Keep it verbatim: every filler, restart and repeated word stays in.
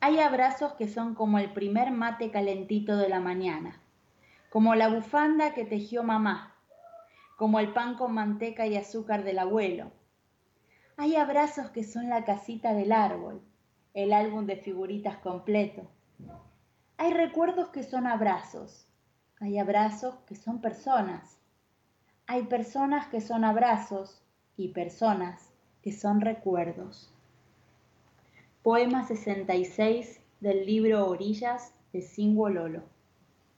Hay abrazos que son como el primer mate calentito de la mañana, como la bufanda que tejió mamá, como el pan con manteca y azúcar del abuelo. Hay abrazos que son la casita del árbol, el álbum de figuritas completo. Hay recuerdos que son abrazos, hay abrazos que son personas. Hay personas que son abrazos y personas que son recuerdos. Poema sesenta y seis del libro Orillas de Singo Lolo.